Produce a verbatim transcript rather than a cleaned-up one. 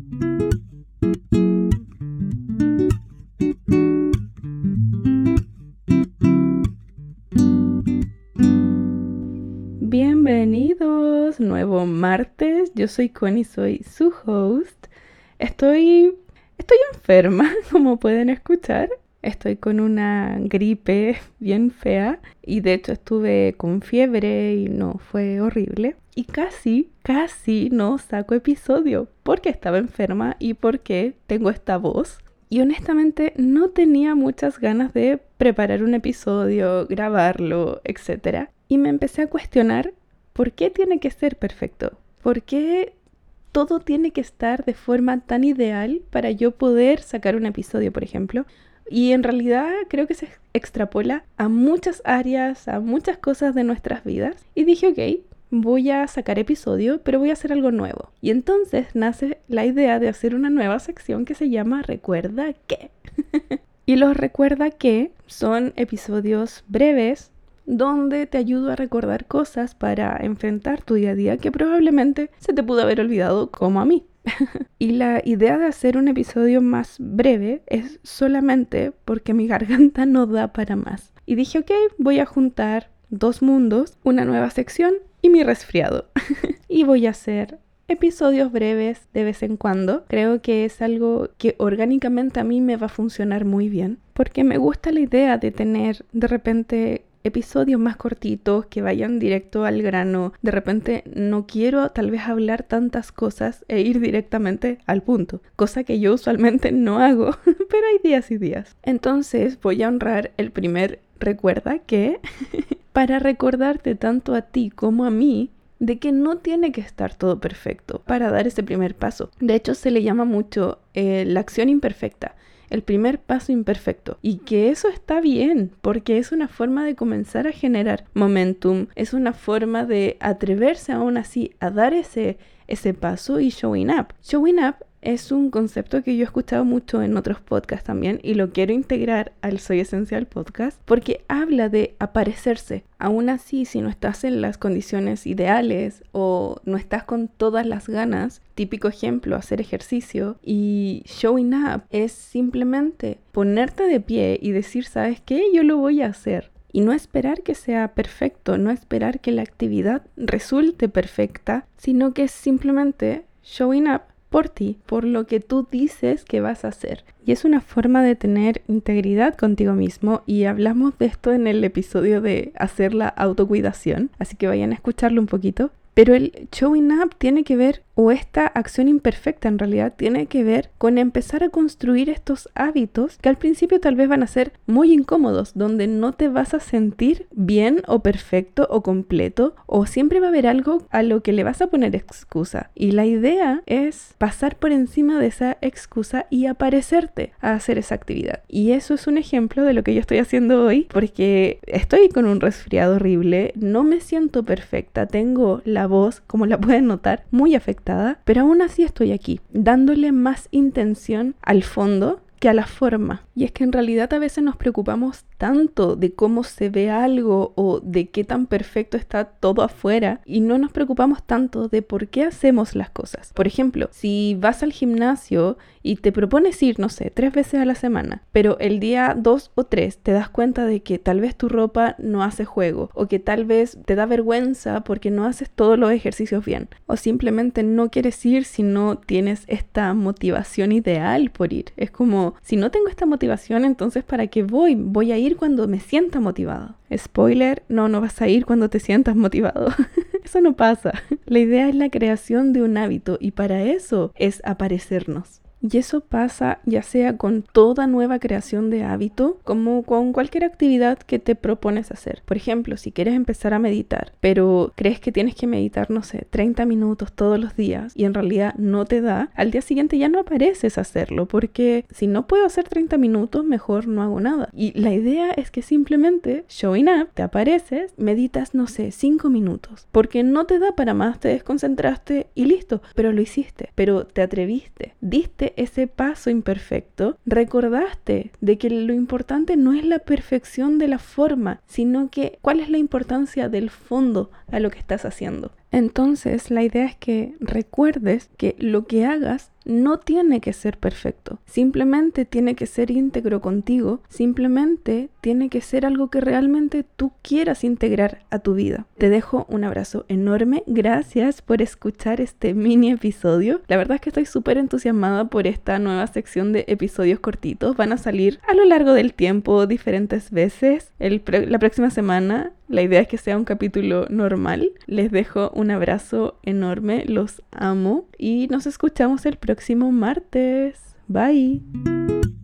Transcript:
Bienvenidos, nuevo martes. Yo soy Connie, soy su host. Estoy, estoy enferma, como pueden escuchar. Estoy con una gripe bien fea y de hecho estuve con fiebre y no, fue horrible. Y casi, casi no saco episodio porque estaba enferma y porque tengo esta voz. Y honestamente no tenía muchas ganas de preparar un episodio, grabarlo, etcétera. Y me empecé a cuestionar por qué tiene que ser perfecto. ¿Por qué todo tiene que estar de forma tan ideal para yo poder sacar un episodio, por ejemplo? Y en realidad creo que se extrapola a muchas áreas, a muchas cosas de nuestras vidas. Y dije, ok, voy a sacar episodio, pero voy a hacer algo nuevo. Y entonces nace la idea de hacer una nueva sección que se llama Recuerda qué. Y los Recuerda qué son episodios breves donde te ayudo a recordar cosas para enfrentar tu día a día que probablemente se te pudo haber olvidado, como a mí. Y la idea de hacer un episodio más breve es solamente porque mi garganta no da para más. Y dije, ok, voy a juntar dos mundos, una nueva sección y mi resfriado. Y voy a hacer episodios breves de vez en cuando. Creo que es algo que orgánicamente a mí me va a funcionar muy bien, porque me gusta la idea de tener de repente episodios más cortitos que vayan directo al grano. De repente no quiero tal vez hablar tantas cosas e ir directamente al punto, cosa que yo usualmente no hago, pero hay días y días. Entonces voy a honrar el primer Recuerda qué para recordarte tanto a ti como a mí de que no tiene que estar todo perfecto para dar ese primer paso. De hecho, se le llama mucho eh, la acción imperfecta. El primer paso imperfecto. Y que eso está bien, porque es una forma de comenzar a generar momentum, es una forma de atreverse aún así a dar ese, ese paso y showing up. Showing up es un concepto que yo he escuchado mucho en otros podcasts también y lo quiero integrar al Soy Esencial podcast porque habla de aparecerse. Aún así, si no estás en las condiciones ideales o no estás con todas las ganas, típico ejemplo, hacer ejercicio, y showing up es simplemente ponerte de pie y decir, ¿sabes qué? Yo lo voy a hacer. Y no esperar que sea perfecto, no esperar que la actividad resulte perfecta, sino que es simplemente showing up por ti, por lo que tú dices que vas a hacer. Y es una forma de tener integridad contigo mismo y hablamos de esto en el episodio de hacer la autocuidación, así que vayan a escucharlo un poquito. Pero el showing up tiene que ver, o esta acción imperfecta en realidad, tiene que ver con empezar a construir estos hábitos que al principio tal vez van a ser muy incómodos, donde no te vas a sentir bien o perfecto o completo, o siempre va a haber algo a lo que le vas a poner excusa. Y la idea es pasar por encima de esa excusa y aparecerte a hacer esa actividad. Y eso es un ejemplo de lo que yo estoy haciendo hoy, porque estoy con un resfriado horrible, no me siento perfecta, tengo la voz, como la pueden notar, muy afectada, pero aún así estoy aquí, dándole más intención al fondo que a la forma. Y es que en realidad a veces nos preocupamos tanto de cómo se ve algo o de qué tan perfecto está todo afuera y no nos preocupamos tanto de por qué hacemos las cosas. Por ejemplo, si vas al gimnasio y te propones ir, no sé, tres veces a la semana, pero el día dos o tres te das cuenta de que tal vez tu ropa no hace juego o que tal vez te da vergüenza porque no haces todos los ejercicios bien o simplemente no quieres ir si no tienes esta motivación ideal por ir. Es como, si no tengo esta motivación, entonces ¿para qué voy? Voy a ir cuando me sienta motivado. Spoiler, no, no vas a ir cuando te sientas motivado. Eso no pasa. La idea es la creación de un hábito y para eso es aparecernos. Y eso pasa ya sea con toda nueva creación de hábito, como con cualquier actividad que te propones hacer. Por ejemplo, si quieres empezar a meditar, pero crees que tienes que meditar, no sé, treinta minutos todos los días y en realidad no te da, al día siguiente ya no apareces a hacerlo, porque si no puedo hacer treinta minutos, mejor no hago nada. Y la idea es que simplemente showing up, te apareces, meditas, no sé, cinco minutos, porque no te da para más, te desconcentraste y listo, pero lo hiciste, pero te atreviste, diste ese paso imperfecto, recordaste de que lo importante no es la perfección de la forma, sino que cuál es la importancia del fondo a lo que estás haciendo. Entonces, la idea es que recuerdes que lo que hagas no tiene que ser perfecto, simplemente tiene que ser íntegro contigo, simplemente tiene que ser algo que realmente tú quieras integrar a tu vida. Te dejo un abrazo enorme, gracias por escuchar este mini episodio. La verdad es que estoy súper entusiasmada por esta nueva sección de episodios cortitos. Van a salir a lo largo del tiempo diferentes veces. El pro- la próxima semana la idea es que sea un capítulo normal. Les dejo un abrazo enorme, los amo y nos escuchamos el próximo martes. Bye.